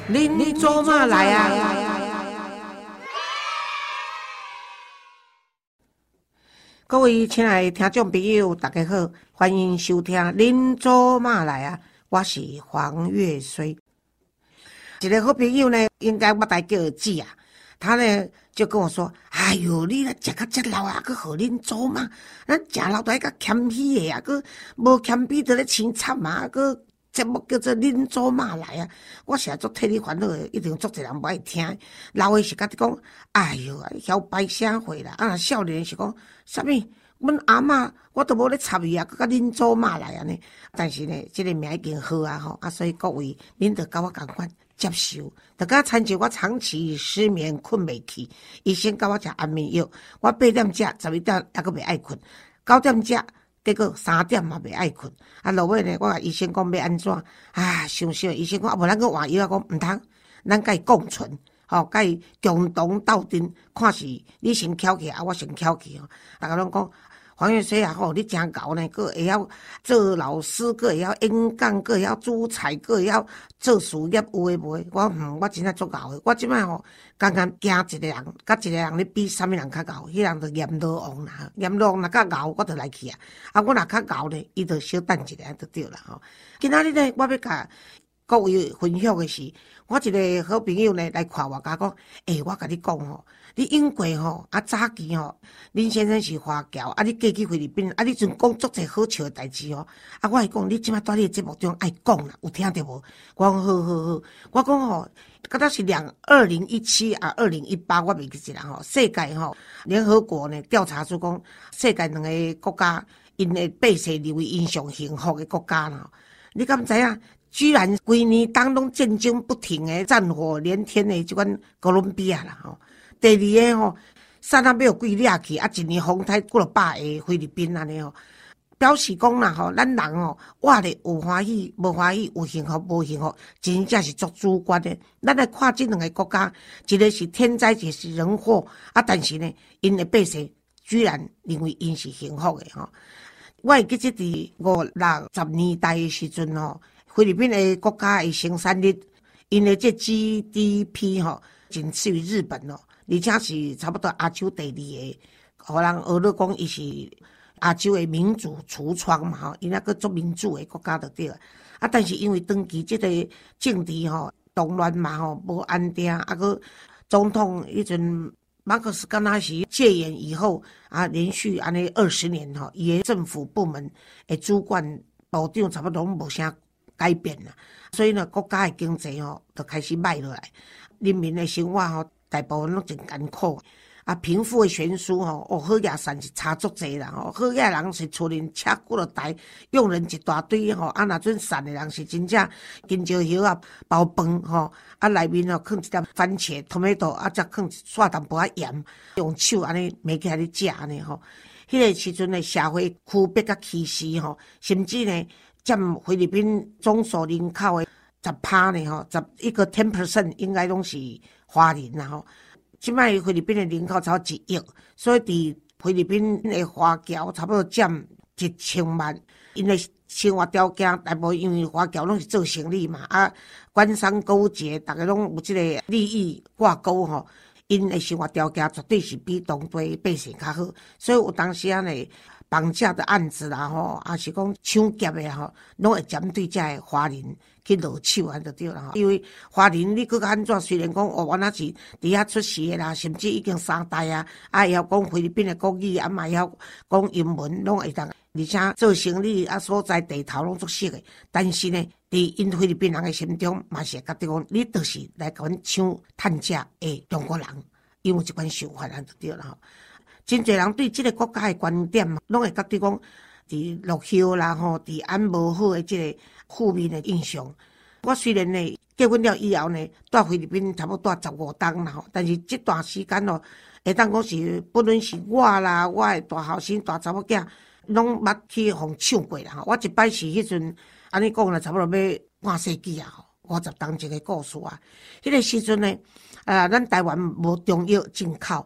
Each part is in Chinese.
恁祖妈来啊！各位亲爱的听众朋友，大家好，欢迎收听《恁祖妈来啊》，我是黄月水。一个好朋友呢，应该我大叫姐啊，他呢就跟我说：“哎哟，你咧食到这老啊，佮互恁祖妈，咱食老大个谦虚的啊，佮无谦卑得咧凄惨啊，佮。”节目叫做恁祖妈来啊！我实在足替你烦恼的，一定足侪人不爱听。老的是甲你讲，哎哟，晓摆社会啦；啊，少年是讲，啥物？阮阿嬷我都无咧插伊啊，佮恁祖妈来安尼。但是呢，这个名已经好啊吼啊，所以各位恁着甲我共款接受。就甲参照我长期失眠困袂去，医生甲我食安眠药，我8点食，11点还佫袂爱困，9点食。结果3点嘛袂爱困，啊落尾呢，我甲医生讲要安怎？啊，想想医生讲，啊无咱去换药，讲毋通，咱甲伊共存，甲伊共同斗阵，看是你先翘起，啊我先翘起吼。大家拢讲黄月水啊，你真搞呢，佫会晓做老师，佫会晓演讲，佫会晓主菜，佫会晓做事业，有诶无诶？我真正足搞诶。我即摆刚刚惊一个人，甲一个人咧比，啥物人较搞？迄人就阎罗王啦，阎罗王若较搞，我就来去啊。啊，我若较搞呢，伊就小等一下就对啦吼。今仔日呢，我要甲各位分享诶是，我一个好朋友呢来看我，甲讲，我甲你讲吼。你因过吼，啊早期吼，恁先生是华侨，啊你嫁去菲律宾，啊你阵讲足侪好笑诶代志吼，啊我是讲你即摆在你诶节目中爱讲啦，有听着无？我讲好，我讲吼，敢若是2017啊2018，我袂记一啦吼，世界吼联合国呢调查出讲，世界2个国家因诶百姓认为因上幸福诶国家啦，你敢知影？居然规年当拢战争不停诶，战火连天诶，即款哥伦比亚啦吼。第二个吼，山那要几掠去，啊，一年风台过了100个菲律宾安尼吼，表示讲啦吼，咱人吼活咧有欢喜无欢喜，有幸福无幸福，真正是足主观的。咱来看这2个国家，一个是天灾，一个是人祸，啊，但是呢，因的百姓居然认为因是幸福的吼。我会记得伫50、60年代的时阵吼，菲律宾的国家的生产率，因的这 GDP 吼，仅次于日本咯。而且是差不多亚洲第2个，互人学了讲伊是亚洲的民主橱窗嘛吼，伊那个做民主的国家就对了。啊，但是因为长期这个政治吼动乱嘛吼，无安定，啊个总统迄阵马克思甘那时戒严以后啊，连续安尼20年吼，伊的政府部门的主管部长差不多拢无啥改变啦，所以呢，国家的经济吼就开始歹落来，人民的生活吼。大部分拢真艰苦，啊，贫富的悬殊吼，好野善是差足济啦吼，好野人是厝里车几落台，佣人一大堆吼，啊，若准善的人是真正金蕉叶啊包饭吼，啊，内面吼放一点番茄、tomato， 啊，再放撒淡薄仔盐，用手安尼泅起来咧食安尼吼。迄个时阵的社会区别甲歧视吼，甚至呢占菲律宾总数人口的10%呢吼，10% 应该拢是华人啦吼。即摆菲律宾的人口超1亿，所以伫菲律宾的华侨差不多占1000万。因的生活条件大部分因为华侨拢是做生意嘛，啊，官商勾结，大家拢有即个利益挂钩吼。因的生活条件绝对是比当地百姓较好，所以有当时啊呢。绑架的案子啦吼，还是讲抢劫的吼，拢会针对这个华人去落手安就对啦吼。因为华人你搁安怎？虽然讲我那是伫遐出世的啦，甚至已经3代啊，啊会晓讲菲律宾的国语，啊嘛会晓讲英文，拢会当，而且做生意啊所在地头拢足熟的。但是呢，伫因菲律宾人的心中，嘛是会觉得讲，你就是来甲阮抢趁食的中国人，因为这款想法安就对啦吼。真侪人对这个国家的观点，拢会觉得讲，伫落后啦吼，治安无好的这个负面的印象。我虽然呢结婚了以后呢，在菲律宾差不多15冬啦吼，但是这段时间咯，会当讲是不论是我啦，我的大后生、大查某囝，拢捌去互抢过啦吼。我一摆是迄阵，安尼讲啦，差不多要半世纪啊吼，50冬一个故事啊。迄个时阵呢，咱台湾无中药进口。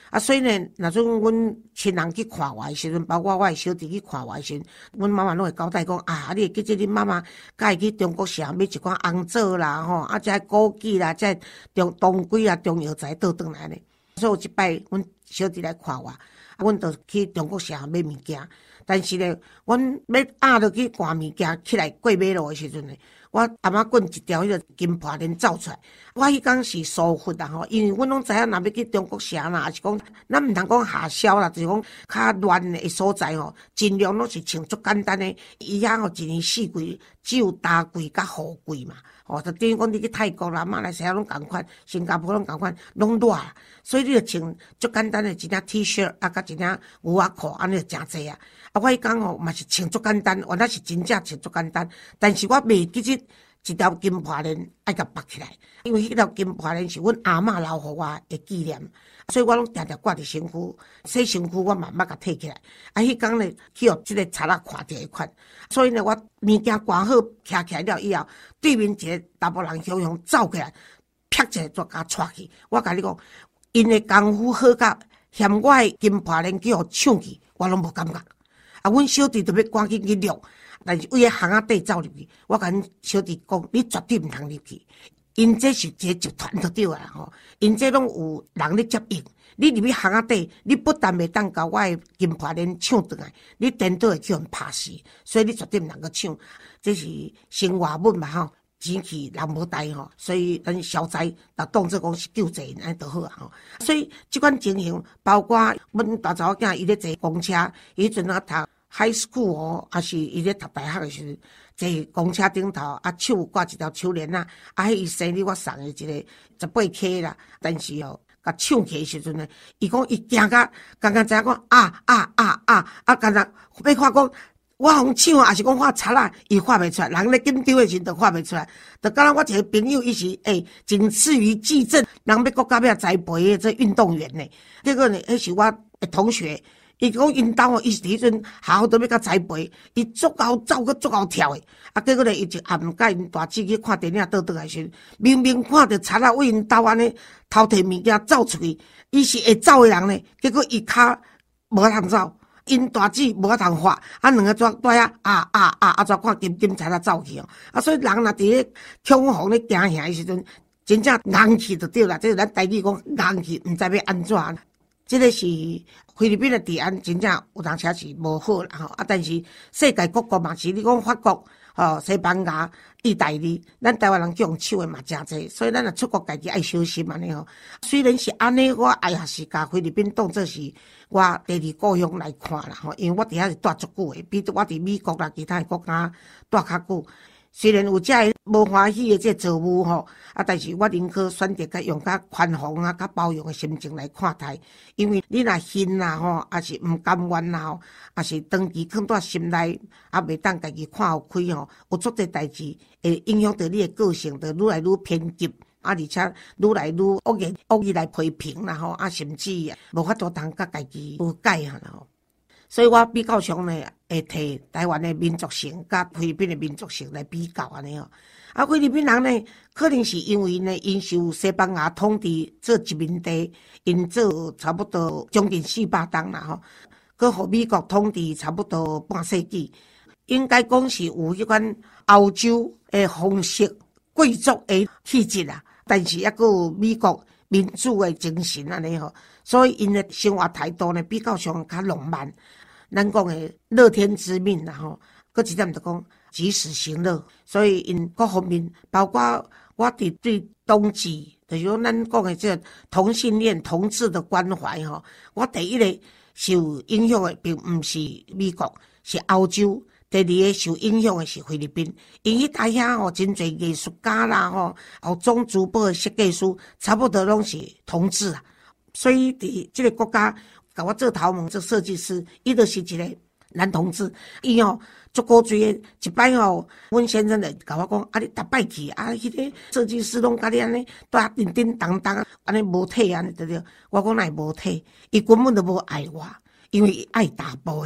所以呢，若阵阮亲人去看我的时阵，包括我的小弟去看我的时阵，阮妈妈拢会交代讲啊，你会记得恁妈妈甲伊去中国城买一寡红枣啦，遮枸杞啦，遮当归啦、中药材倒转来呢。所以有一摆，阮小弟来看我，阮就去中国城买物件。但是呢，阮要压落去赶物件起来过马路的时阵呢，我阿妈棍一条迄个金耙链走出来。我迄天是疏忽啦吼，因为阮拢知影，若要去中国城啦，还是讲咱毋通讲下宵啦，就是讲较乱的所在吼，尽量拢是穿足简单的。伊遐吼一年四季只有夏季甲雨季嘛，就等于讲你去泰国啦、马来西亚拢共款，新加坡拢共款，拢热啦，所以你就穿足简单的一件 T 恤啊，甲一件牛仔裤，安尼就诚济啊。我迄天吼嘛是穿足简单，原来是真正穿足简单，但是我袂记得一条金耙链爱甲绑起来，因为迄条金耙链是阮阿嬷留互我的纪念，所以我拢定定挂伫身躯，洗身躯我慢慢甲摕起来。迄天呢去互即个贼仔看着迄款，所以呢我物件挂好徛起来了以后，对面一个查甫人雄雄走过来，啪一下就甲拽去。我甲你讲，因的功夫好甲嫌我的金耙链去互抢去，我拢无感觉。阮小弟就要赶紧去掠，但是为个巷仔底走入去，我甲阮小弟讲，你绝对毋通入去，因这是一个集团就对啦吼，因这拢有人咧接应。你入去巷仔底，你不但袂当甲我的金耙链抢转来，你颠倒会叫人拍死，所以你绝对毋通去抢。这是生活本嘛吼，钱去人无带吼，所以咱消灾就当作讲是救济，安尼就好啊吼。所以即款情形，包括阮大查某囝伊咧坐公车，伊迄阵啊读 high school 哦，还是伊咧读大学的时候，坐公车顶头手挂一条手链啊，迄伊生日我送的一个18K 啦，但是哦，甲抢起的时阵呢，伊讲伊惊甲刚刚知影讲刚才要看讲。我互抢啊，还是讲我贼啊，伊看袂出来，人咧紧张的时阵就看袂出来。就敢若我一个朋友，伊是仅次于季正，人要国家要栽培的这运动员呢。结果呢，迄是我的同学，伊讲因兜哦，伊是迄阵好都要甲栽培，伊足够走佮足够跳的。结果呢，伊就暗甲因大姊去看电影倒来时，明明看到贼啊为因兜安尼偷摕物件走出去，伊是会走的人呢，结果伊骹无通走。因大姊无法通发，两个怎在怎看金才走去哦。所以人若伫咧恐慌咧惊吓的时阵，真正硬气就对啦。这是咱台语讲硬气，毋知要安怎。这个是菲律宾的治安真正有当时是无好啦吼。但是世界各国嘛是，你讲法国、西班牙、意大利，咱台湾人叫用抢的嘛诚济，所以咱若出国家己爱小心安尼吼。虽然是安尼，我也是甲菲律宾当作是我第二故乡来看啦吼，因为我伫遐是住足久的，比我伫美国啦其他的国家住较久。虽然有遮无欢喜的这错误吼，但是我宁可选择甲用较宽宏啊、较包容的心情来看待，因为你若恨啦吼，还是毋甘愿啦吼，还是长期藏在心内，袂当家己看互开吼，有足侪代志会影响到你的个性，就愈来愈偏激。而且愈来愈恶意来批评啦吼，甚至无法度通甲家己有改啦吼。所以我比较上呢，会摕台湾的民族性甲菲律宾的民族性来比较安尼吼。菲律宾人呢，可能是因为呢，因受西班牙统治做殖民地，因做差不多将近400年啦吼，佮互美国统治差不多半世纪，应该讲是有迄款欧洲的风式贵族的气质啦。但是还佫有美国民主的精神安尼吼，所以因的生活态度呢比较上较浪漫。咱讲的乐天知命啦吼，佫一点就讲及时行乐。所以因各方面，包括我伫对同志，就是讲咱讲的这同性恋同志的关怀吼，我第一个受影响的并毋是美国，是欧洲。第二个受影响的是菲律宾，因迄搭遐吼真侪艺术家啦吼，种珠宝的设计师，差不多拢是同志啊。所以伫即个国家，甲我做头毛做设计师，伊就是一个男同志。伊足古锥的，一摆阮先生就甲我讲，你逐摆去迄个设计师拢甲你安尼，带叮叮当当，安尼无体安尼对对。我讲哪会无体？伊根本就无爱我，因为伊爱打波的。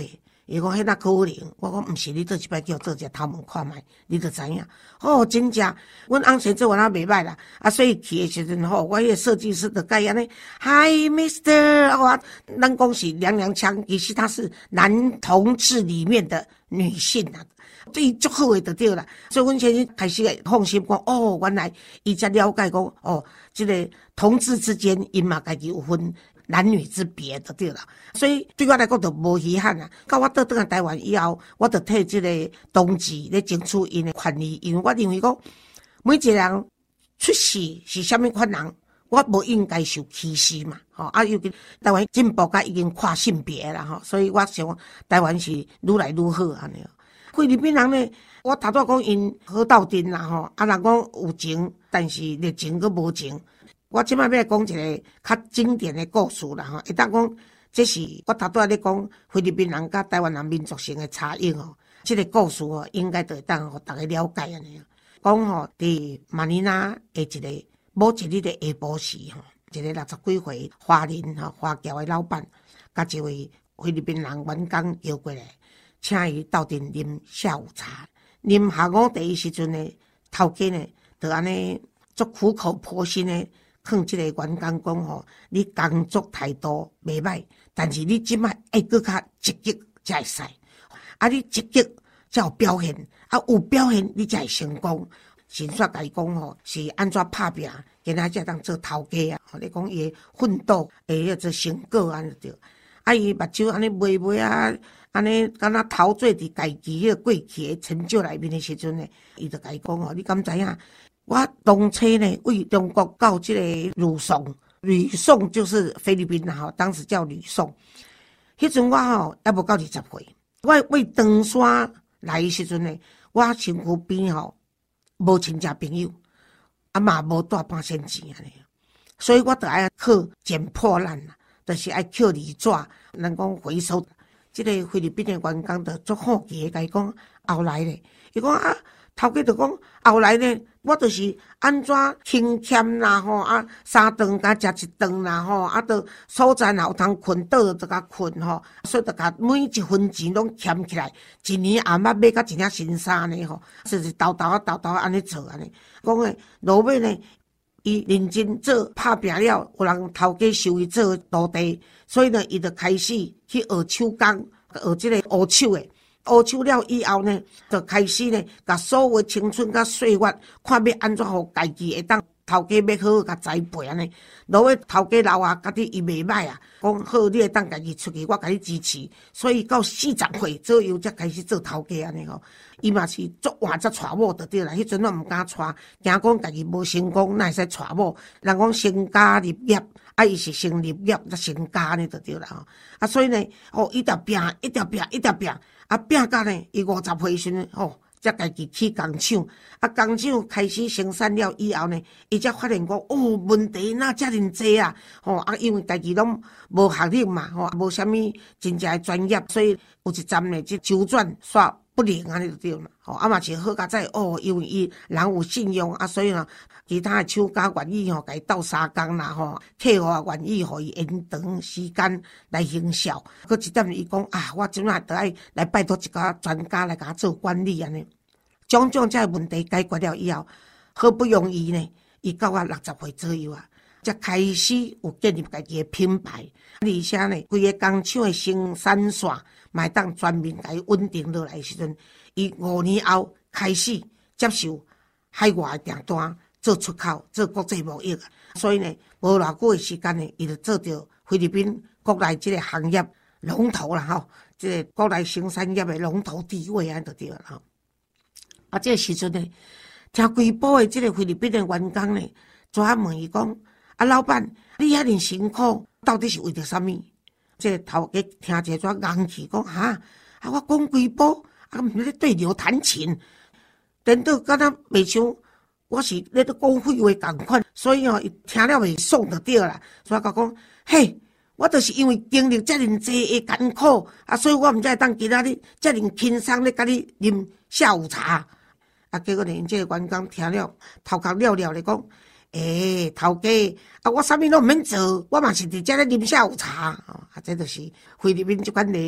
伊讲迄哪可能？我讲毋是，你倒一摆叫我做者头毛看卖，你就知影。哦，真正，阮翁先做完啊袂歹啦。啊，所以去的时阵吼，我迄个设计师就甲伊安尼 ，Hi Mister， 我咱讲是娘娘腔，其实他是男同志里面的女性啊。对，足好诶，就对啦。所以阮先生开始放心讲，哦，原来伊才了解讲，哦，这个同志之间，因嘛家己有分男女之别就对啦。所以对我来讲就无遗憾啊。到我倒转来台湾以后，我就替这个同志咧争取因的权利，因为我认为讲，每一个人出世是啥物款人，我无应该受歧视嘛。吼啊，尤其台湾进步甲已经跨性别啦吼，所以我想台湾是愈来愈好安尼。菲律宾人呢，我头拄讲因好斗阵啦吼，啊人讲有情，但是热情佮无情。我即摆要来讲一个较经典的故事啦吼，会当讲这是我头拄仔咧讲菲律宾人甲台湾人民族性的差异吼。这个故事哦，应该就会当互大家了解安尼。讲吼，伫马尼拉的一个某一日的下晡时吼，一个60几岁华人吼华侨的老板，甲一位菲律宾人员工邀过来。请伊斗阵啉下午茶，啉下午茶的时阵呢，头家呢就安尼足苦口婆心的劝这个员工讲吼，你工作态度袂歹，但是你即摆爱搁较积极才会使，啊你积极才有表现，啊有表现你才会成功。先煞甲伊讲吼，是安怎拍拼，今仔才当做头家啊！你讲伊的奋斗诶，迄个成果安就对。啊伊目睭安尼微微啊。安尼，敢若陶醉伫家己迄个过去的成就内面的时阵呢，伊就甲伊讲哦，你敢知影？我当初呢，为中国到这个吕宋，吕宋就是菲律宾啦吼，当时叫吕宋。迄阵我吼还无到20岁，我为登山来的时阵呢，我身躯边吼无亲戚朋友，啊嘛无带半仙钱安尼，所以我就爱靠捡破烂啦，就是爱捡泥纸，人讲回收。这个菲律宾的员工就足好奇的甲伊讲，后来咧，伊讲啊，头家就讲后来咧，我就是安怎轻欠啦吼，啊3顿甲食1顿啦吼，啊到所在若有通困倒就甲困吼，所以就甲每一分钱拢欠起来，一年也捌买到一领新衫呢吼，就是豆豆安尼做安尼，讲诶落尾呢。伊认真做拍拼了，有人头家收伊做徒弟，所以呢，伊就开始去学手工，学这个乌手的。学手了以后呢，就开始呢，甲所有的青春甲岁月，看要安怎互家己会当头家要好好甲栽培安尼。落尾头家老啊，觉得伊袂歹啊，讲好你会当家己出去，我甲你支持。所以到40岁左右才开始做头家安尼吼。伊嘛是足晚才娶某就对啦，迄阵我毋敢娶，惊讲家己无成功，哪会使娶某？人讲成家立业，啊伊是先立业才成家呢就对啦吼。啊所以呢，哦一直拼，啊拼到呢，伊50岁时阵吼。才家己起工厂，啊，工厂开始生产了以后呢，伊才发现讲，哦，问题哪遮尔济啊，吼啊，因为家己拢无学历嘛，吼，无啥物真正的专业，所以有一站呢，即周转煞不灵安尼就对嘛，吼啊嘛是好佳哉哦，因为伊人有信用啊，所以呢，其他的厂家愿意吼，甲伊斗3工啦，吼，客户也愿意互伊延长时间来行销。搁一点伊讲啊，我即摆得爱来拜托一个专家来甲我做管理安尼。种种这问题解决了以后，好不容易呢，伊到我60岁左右啊，才开始有建立家己的品牌，而且呢，规个工厂的生产线嘛当全面甲伊稳定落来的时阵，伊5年后开始接受海外的订单，做出口，做国际贸易啊。所以呢，无偌久的时间呢，伊就做到菲律宾国内这个行业龙头啦吼，这个国内生产业的龙头地位安就对了吼。啊，这个时阵呢，听规部的这个菲律宾的员工呢，专问伊讲：啊，老板，你遐尼辛苦，到底是为着啥物？这个头家听者怎硬气讲哈，啊，我讲规部，啊，毋是咧对牛弹琴，颠倒敢若袂像我是咧讲废话共款，所以哦，伊听了袂爽就对啦。所以甲讲，嘿。我就是因为经历遮尔济的艰苦，啊，所以我毋才会当今仔日遮尔轻松咧，甲你啉下午茶。啊，结果呢，因这个员工听了，头壳了了咧讲，头家，啊，我啥物拢毋免做，我嘛是伫遮咧啉下午茶。啊，这就是菲律宾即款的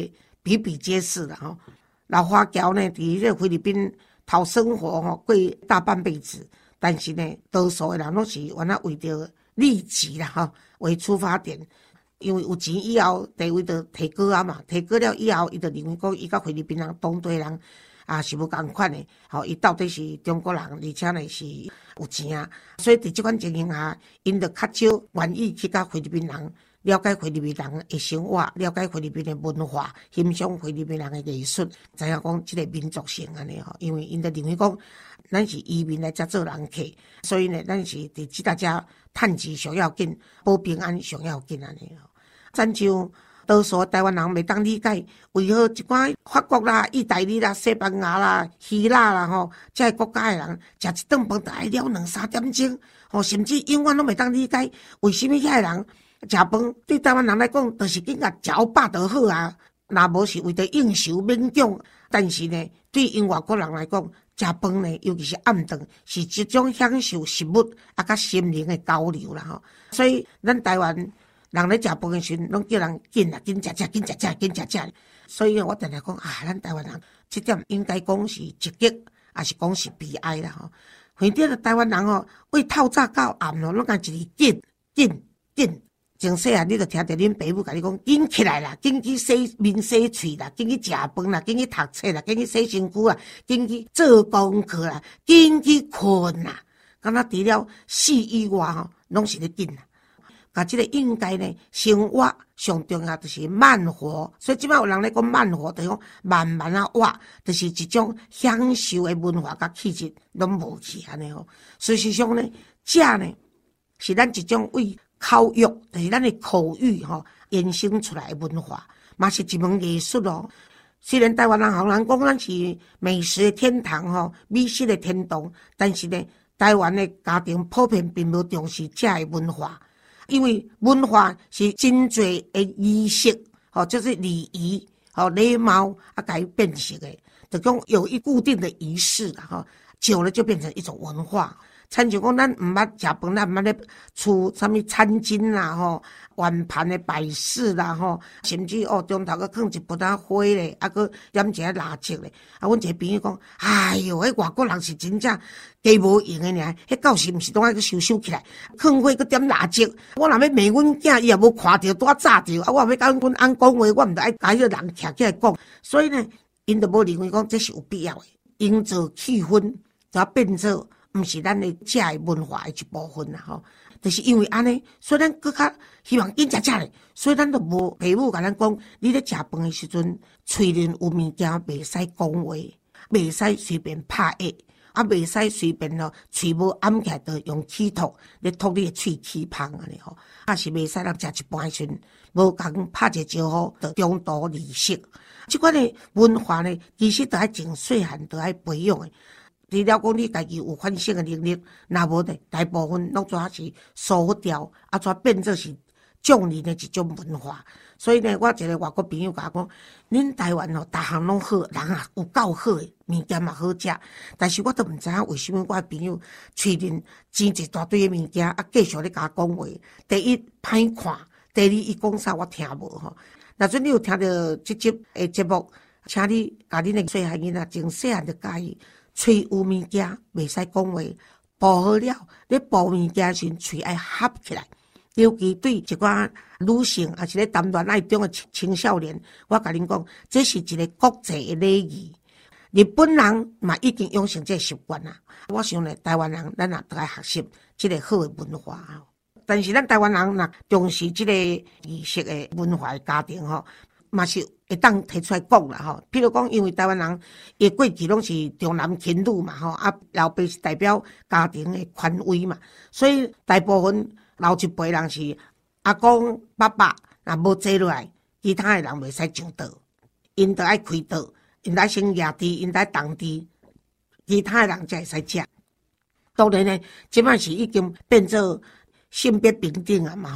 比比皆是啦吼。老华侨呢，伫这菲律宾讨生活吼，过大半辈子，但是呢，多数的人拢是原来为着利己啦吼为出发点。因为有钱以后，地位就提高啊嘛，提高了以后，伊就认为讲，伊甲菲律宾人、当地人啊是无共款的，吼，伊到底是中国人，而且呢是有钱啊，所以伫即款情形下，因就较少愿意去甲菲律宾人了解菲律宾人的生活，了解菲律宾的文化，欣赏菲律宾人的艺术，知影讲即个民族性安尼吼，因为因就认为讲，咱是移民来遮做人客，所以呢，咱是伫即大家趁钱上要紧，保平安上要紧安尼吼。亲像多数台湾人袂当理解，为何一寡法国啦、意大利啦、西班牙啦、希腊啦吼，这个国家的人食一顿饭就爱了2-3点钟，吼，甚至永远拢袂当理解，为什么遐个人食饭对台湾人来讲，就是紧甲食饱就好啊。若无是为着应酬勉强，但是呢，对因外国人来讲，食饭呢，尤其是暗顿，是一种享受食物啊甲心灵的交流啦吼。所以咱台湾人咧食饭的时阵，拢叫人紧啊，紧食食，紧食食，紧食食。所以我定定讲啊，咱台湾人这点应该讲是积极，也是讲是悲哀啦吼。反正的台湾人吼，为透早到暗咯，拢讲一字紧紧紧。从细汉你就听着恁爸母甲你讲，紧起来啦，紧去洗面洗喙啦，紧去食饭啦，紧去读册啦，紧去洗身躯啦，紧去做功课啦，紧去困啦。敢若除了死以外吼，拢是咧紧啦。啊，这个应该呢，生活上重要就是慢活，所以即摆有人咧讲慢活，就是讲慢慢啊活，就是一种享受的文化甲气质拢无去安尼吼。事实上呢，食呢是咱一种为口欲，就是咱的口欲吼衍生出来的文化，嘛是一门艺术咯。虽然台湾人互人讲咱是美食的天堂吼，美食的天堂，但是呢，台湾的家庭普遍并无重视这的文化。因为文化是真侪的仪式，吼，就是礼仪，吼，礼貌啊，改变成的，就讲有一固定的仪式啦，吼，久了就变成一种文化。亲像讲，咱毋捌食饭，咱毋捌咧出啥物餐巾啦，吼，碗盘的摆饰啦，吼，甚至中头佮放一盆仔花咧，啊，佮点一个蜡烛咧。啊，阮一个朋友讲，哎哟，迄外国人是真正加无用的尔，迄到时毋是拢爱佮收起来，放花佮点蜡烛。我若要骂阮囝，伊也无看着，拄仔炸着，啊，我要甲阮翁讲话，我毋得爱甲迄个人徛起来讲。所以呢，因就无认为讲这是有必要的，营造气氛，就要变做。毋是咱的食的文化的一部分啦吼，就是因为安尼，所以咱更较希望紧食食咧，所以咱就无父母甲咱讲，你咧食饭的时阵，嘴里有物件袂使讲话，袂使随便拍嗝，啊，袂使随便咯，嘴无掩起来就用齿吐咧吐你的喙齿芳安尼吼，啊是袂使人食一半时阵，无共拍一个招呼就中途离席。即款的文化呢，其实都爱从细汉都爱培养的。除了讲你家己有反省的能力，若无呢，大部分拢怎是输掉，啊，怎变做是匠人的一种文化。所以呢，我一个外国朋友甲我讲，恁台湾逐项拢好，人啊有够好的，物件嘛好食，但是我都毋知影为什么我的朋友嘴面煎一大堆的物件，啊，继续咧甲我讲话。第一歹看，第二伊讲啥我听无吼。若准你有听到这集的节目，请你甲恁的细汉囡仔从细汉就教伊。喙有物件袂使讲话，剥好了，你剥物件时喙爱合起来。尤其对一寡女性，还是咧谈恋爱中的青少年，我甲恁讲，这是一个国际的礼仪。日本人嘛已经养成这个习惯啦。我想咧，台湾人咱也都爱学习这个好的文化。但是咱台湾人若重视这个仪式的文化的家庭吼。嘛是会当提出来讲啦吼，譬如讲，因为台湾人伊过去拢是重男轻女嘛吼，啊老爸是代表家庭的权威嘛，所以大部分老一辈人是阿公爸爸若无坐落来，其他的人袂使上桌，因得爱开桌，因得先压地，因得动地，其他的人才会使食。当然呢，即摆是已经变做性别平等啊嘛吼。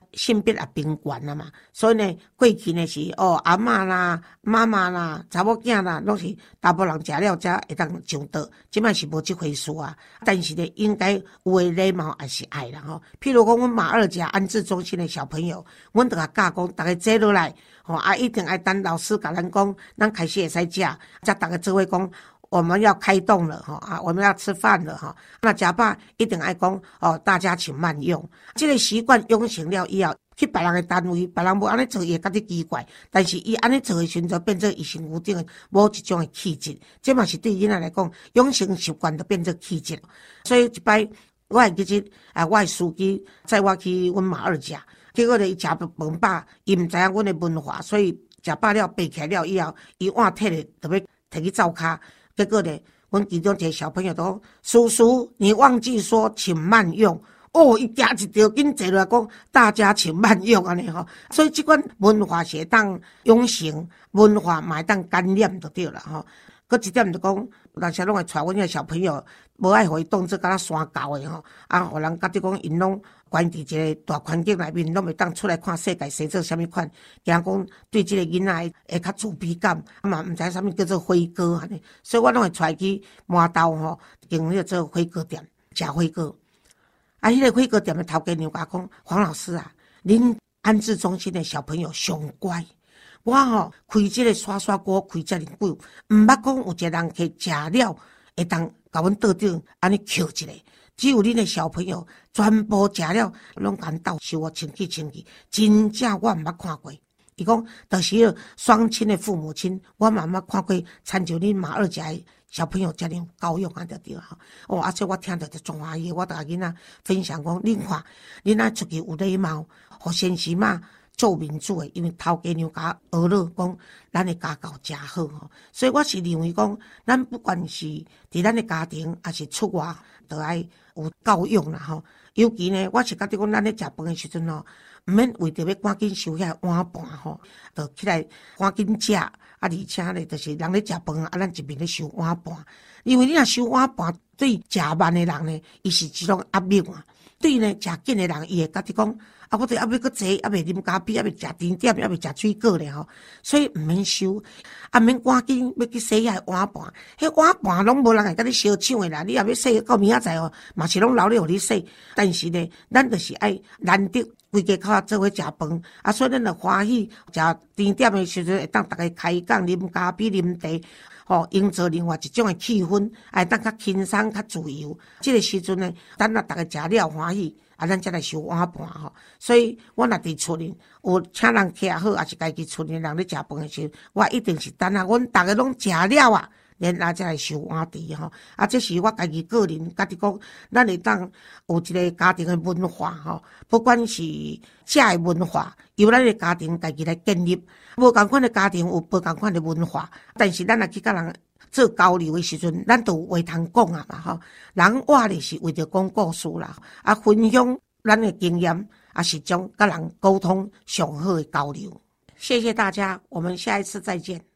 性别也平权了嘛，所以呢，过去呢是阿嬷啦、妈妈啦、查某囝啦，拢是大部分人食了才会当上道，即摆是无即回事啊。但是呢，应该有诶礼貌也是爱啦吼。譬如讲，阮马二甲安置中心的小朋友，阮就甲教讲，大家坐落来，一定爱等老师甲咱讲，咱开始会使食，才大家做伙讲。我们要开动了我们要吃饭了那食饱一定爱讲大家请慢用。这个习惯养成了以后，去别人的单位，别人无安尼做，伊会觉得奇怪。但是伊安尼做的时阵，变做伊身躯顶的某一种的气质。这嘛是对囡仔来讲，养成习惯就变做气质。所以一摆我会记得我的司机载我去阮马二甲，结果呢伊食饭饱，伊毋知影阮的文化，所以食饱了爬起来了以后，伊碗摕咧特别摕去灶骹。结果呢，阮其中一个小朋友都讲：“叔叔，你忘记说请慢用。”伊夹一条紧坐落来讲，大家请慢用安尼吼。所以这款文化是会当养成，文化嘛会当感染就对了吼。佮一点就讲，有时拢会带阮个小朋友，无爱互伊当做敢若山教的吼，互人觉得讲因拢关伫一个大环境内面，拢袂当出来看世界生做啥物款，惊讲对即个囡仔会较自卑感，嘛毋知啥物叫做火锅安尼，所以我拢会带去麻豆吼，经迄个做火锅店食火锅。迄个火锅店的头家娘甲讲：“黄老师啊，恁安置中心的小朋友上乖。”我开这个刷刷锅开这么久，毋捌讲有一个人去食了，会当甲阮桌顶安尼扣一个。只有恁的小朋友全部食了，拢甲阮斗收清气，真正我毋捌看过。伊讲，就是双亲的父母亲，我嘛毋捌看过，参照恁马二甲的小朋友遮尔教育就对了而且我听到就足欢喜，我甲囡仔分享讲，恁看，恁爱出去有礼貌，互先生嘛。做民主的，因为头家娘甲学了讲，咱的家教真好所以我是认为讲，咱不管是伫咱的家庭，还是出外，都爱有教育啦尤其呢，我是觉得讲，咱咧食饭的时阵毋免为着要赶紧收遐碗盘就起来赶紧食而且呢，就是人咧食饭咱一面咧收碗盘，因为你若收碗盘，对食慢的人呢，伊是一种压力对呢，食紧的人，伊会觉得讲。我哋还要搁坐，还未啉咖啡，还未食甜点，还未食水果咧所以毋免收，毋免赶紧要去洗遐碗盘，迄碗盘拢无人会甲你烧抢诶啦。你若要洗到明仔载嘛是拢留咧互你洗。但是呢，咱就是爱难得规家口做伙食饭，所以咱就欢喜食甜点诶时阵，会当大家开讲啉咖啡、啉茶。营造另外一种诶气氛，会当较轻松、较自由。这个时阵呢，等大家食了欢喜，咱才来收碗盘所以我若伫厝里有请人客好，还是家己厝里人咧食饭诶时候，我一定是等阮大家拢食了然后才来收碗碟这是我家己个人觉得讲，咱会当有一个家庭诶文化不管是食诶文化，由咱诶家庭家己来建立。无同款诶家庭有无同款诶文化，但是咱若去甲人做交流诶时阵，咱都有话通讲嘛人活咧是为着讲故事啦，分享咱诶经验，是种甲人沟通上好诶交流。谢谢大家，我们下一次再见。